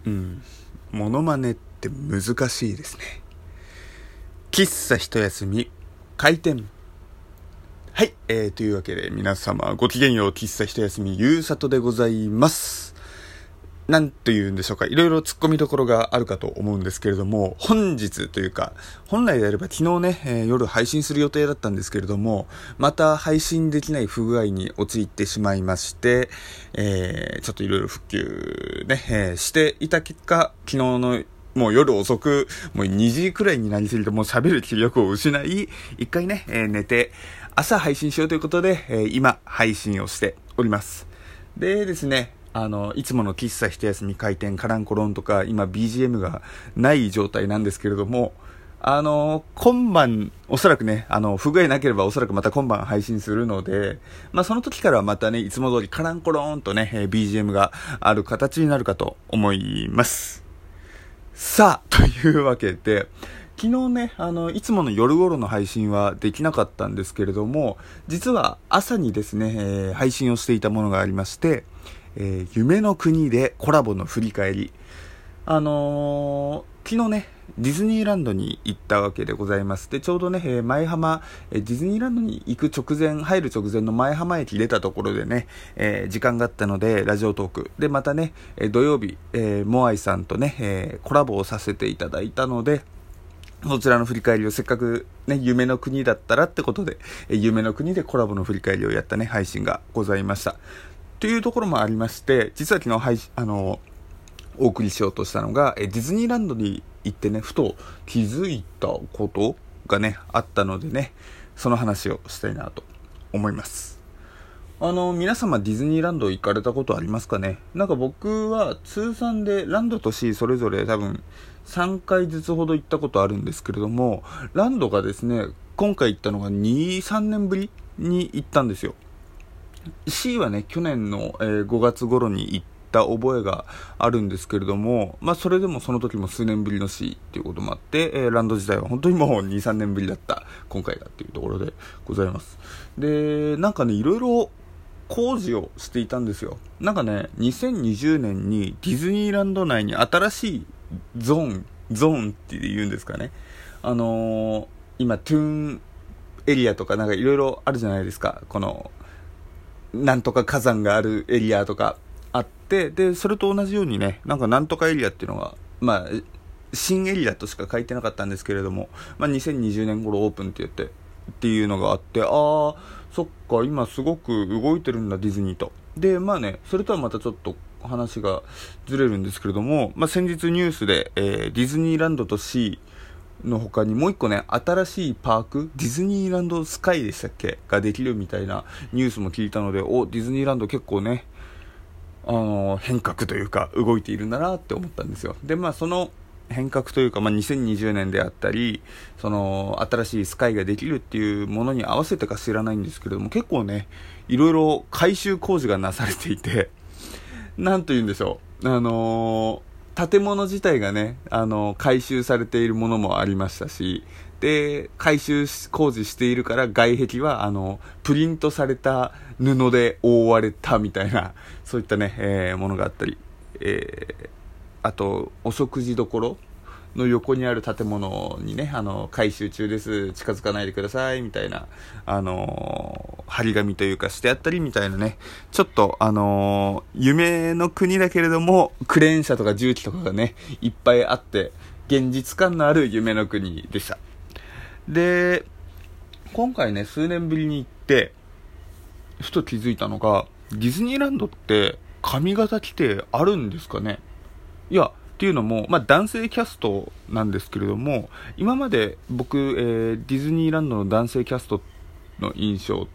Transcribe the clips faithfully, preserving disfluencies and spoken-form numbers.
うん、モノマネって難しいですね。喫茶一休み開店。はい、えー、というわけで皆様ごきげんよう。喫茶一休みゆうさとでございます。なんというんでしょうか、いろいろ突っ込みどころがあるかと思うんですけれども、本日というか本来であれば昨日ね、えー、夜配信する予定だったんですけれども、また配信できない不具合に陥ってしまいまして、えー、ちょっといろいろ復旧ね、えー、していた結果、昨日のもう夜遅く、もうにじくらいになりすぎて、もう喋る気力を失い、一回ね、えー、寝て朝配信しようということで、えー、今配信をしております。でですね、あのいつもの喫茶一休み開店カランコロンとか今 ビージーエム がない状態なんですけれども、あの今晩おそらくね、あの不具合なければおそらくまた今晩配信するので、まあその時からはまたね、いつも通りカランコロンとね、えー、ビージーエム がある形になるかと思います。さあ、というわけで昨日ね、あのいつもの夜頃の配信はできなかったんですけれども、実は朝にですね、えー、配信をしていたものがありまして、えー、夢の国でコラボの振り返り。あのー、昨日ねディズニーランドに行ったわけでございます。でちょうどね、えー、前浜、えー、ディズニーランドに行く直前入る直前の前浜駅出たところでね、えー、時間があったのでラジオトークでまたね、えー、土曜日、えー、モアイさんとね、えー、コラボをさせていただいたので、そちらの振り返りをせっかくね、夢の国だったらってことで、えー、夢の国でコラボの振り返りをやったね配信がございましたというところもありまして、実は昨日配信あのお送りしようとしたのが、えディズニーランドに行ってね、ふと気づいたことがねあったのでね、その話をしたいなと思います。あの皆様ディズニーランド行かれたことありますかね。なんか僕は通算でランドとシーそれぞれ多分さんかいずつほど行ったことあるんですけれども、ランドがですね、今回行ったのがに、さんねんぶりに行ったんですよ。C はね、去年の、えー、ごがつ頃に行った覚えがあるんですけれども、まあそれでもその時も数年ぶりの C っていうこともあって、えー、ランド自体は本当にもうに、さんねんぶりだった今回だっていうところでございます。で、なんかね、いろいろ工事をしていたんですよ。なんかね、にせんにじゅうねんにディズニーランド内に新しいゾーンゾーンっていうんですかね、あのー、今トゥーンエリアとかなんかいろいろあるじゃないですか。このなんとか火山があるエリアとかあって、でそれと同じようにね、なんかなんとかエリアっていうのが、まあ新エリアとしか書いてなかったんですけれども、まあ、にせんにじゅうねん頃オープンって言ってっていうのがあって、ああそっか、今すごく動いてるんだディズニーと。でまあね、それとはまたちょっと話がずれるんですけれども、まあ、先日ニュースで、えー、ディズニーランドと Cの他にもう一個ね、新しいパーク、ディズニーランドスカイでしたっけができるみたいなニュースも聞いたので、おディズニーランド結構ね、あのー、変革というか動いているんだなって思ったんですよ。でまあその変革というか、まあ、にせんにじゅうねんであったり、その新しいスカイができるっていうものに合わせてか知らないんですけれども、結構ねいろいろ改修工事がなされていて、なんというんでしょう、あのー建物自体がね、あの改修されているものもありましたし、で改修工事しているから外壁はあのプリントされた布で覆われたみたいな、そういったね、えー、ものがあったり、えー、あとお食事処の横にある建物にね、あの改修中です、近づかないでくださいみたいな、あのー、張り紙というかしてあったりみたいなね、ちょっとあのー、夢の国だけれどもクレーン車とか重機とかがねいっぱいあって現実感のある夢の国でした。で今回ね、数年ぶりに行ってふと気づいたのが、ディズニーランドって髪型規定あるんですかね。いやっていうのも、まあ、男性キャストなんですけれども、今まで僕、えー、ディズニーランドの男性キャストの印象って、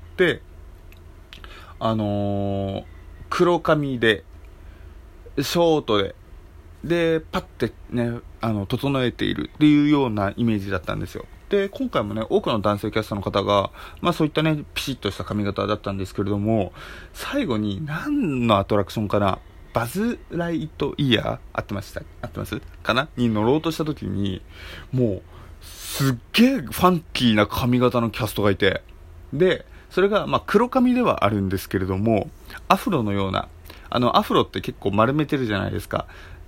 あのー、黒髪でショートででパッてね、あの整えているっていうようなイメージだったんですよ。で今回もね、多くの男性キャストの方が、まあ、そういったねピシッとした髪型だったんですけれども、最後に何のアトラクションかな、バズライトイヤー合ってました合ってますかなに乗ろうとした時に、もうすっげえファンキーな髪型のキャストがいて、でそれがまあ黒髪ではあるんですけれども、アフロのような、あのアフロって結構丸めてるじゃないですか。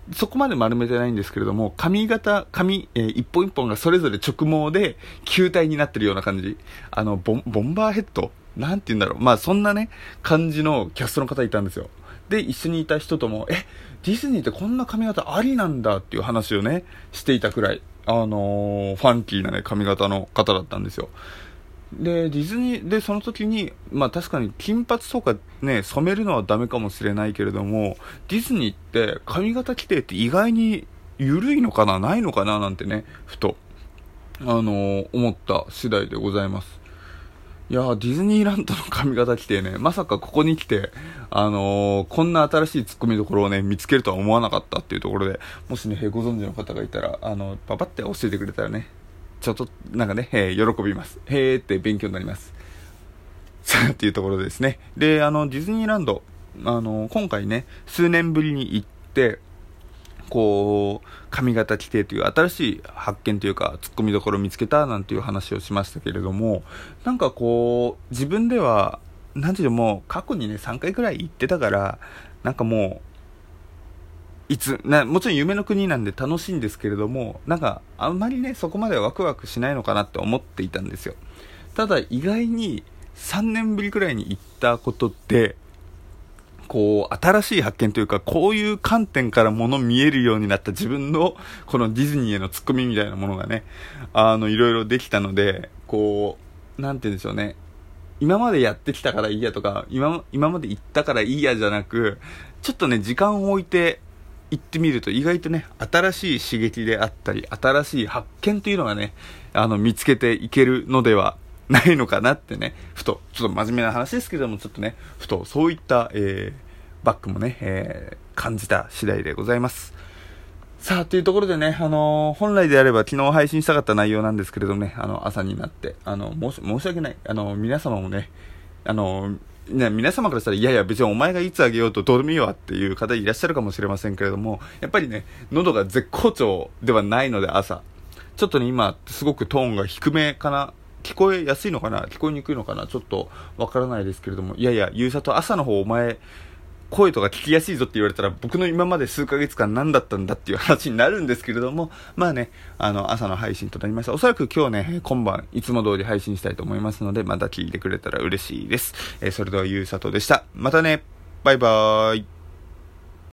そこまで丸めてないんですけれども、髪型、髪、えー、一本一本がそれぞれ直毛で球体になってるような感じ。あの、ボン、ボンバーヘッドなんて言うんだろう。まあそんなね、感じのキャストの方いたんですよ。で、一緒にいた人とも、え、ディズニーってこんな髪型ありなんだっていう話をね、していたくらい、あのー、ファンキーなね、髪型の方だったんですよ。で、ディズニーでその時に、まあ確かに金髪とかね、染めるのはダメかもしれないけれども、ディズニーって髪型規定って意外に緩いのかな、ないのかななんてね、ふと、あのー、思った次第でございます。いやー、ディズニーランドの髪型規定ね、まさかここに来て、あのー、こんな新しいツッコミどころをね、見つけるとは思わなかったっていうところで、もしね、ご存知の方がいたら、あの、パパって教えてくれたらね、ちょっと、なんかね、えー、喜びます。へーって勉強になります。さあ、っていうところですね。で、あの、ディズニーランド、あの、今回ね、数年ぶりに行って、こう、髪型規定という新しい発見というか、ツッコミどころを見つけたなんていう話をしましたけれども、なんかこう、自分では、なんていうのも、過去にね、さんかいくらい行ってたから、なんかもう、いつなもちろん夢の国なんで楽しいんですけれども、なんかあんまりねそこまでワクワクしないのかなって思っていたんですよ。ただ意外にさんねんぶりくらいに行ったことで、こう新しい発見というか、こういう観点からもの見えるようになった自分のこのディズニーへのツッコミみたいなものがね、あのいろいろできたので、こうなんて言うんでしょうね、今までやってきたからいいやとか、今今まで行ったからいいやじゃなく、ちょっとね時間を置いて行ってみると意外とね、新しい刺激であったり、新しい発見というのがね、あの、見つけていけるのではないのかなってね、ふと、ちょっと真面目な話ですけれども、ちょっとね、ふと、そういった、えー、バックもね、えー、感じた次第でございます。さあ、というところでね、あのー、本来であれば昨日配信したかった内容なんですけれどもね、あの、朝になって、あの、申し、申し訳ない、あの、皆様もね、あの、ね、皆様からしたらいやいや別にお前がいつあげようとどうでもいいわっていう方いらっしゃるかもしれませんけれども、やっぱりね喉が絶好調ではないので、朝ちょっとね今すごくトーンが低めかな、聞こえやすいのかな、聞こえにくいのかな、ちょっとわからないですけれども、いやいやゆうさと朝の方お前声とか聞きやすいぞって言われたら、僕の今まで数ヶ月間何だったんだっていう話になるんですけれども、まあね、あの朝の配信となりました。おそらく今日ね今晩いつも通り配信したいと思いますので、また聞いてくれたら嬉しいです。えー、それではゆうさとでした。またね、バイバーイ。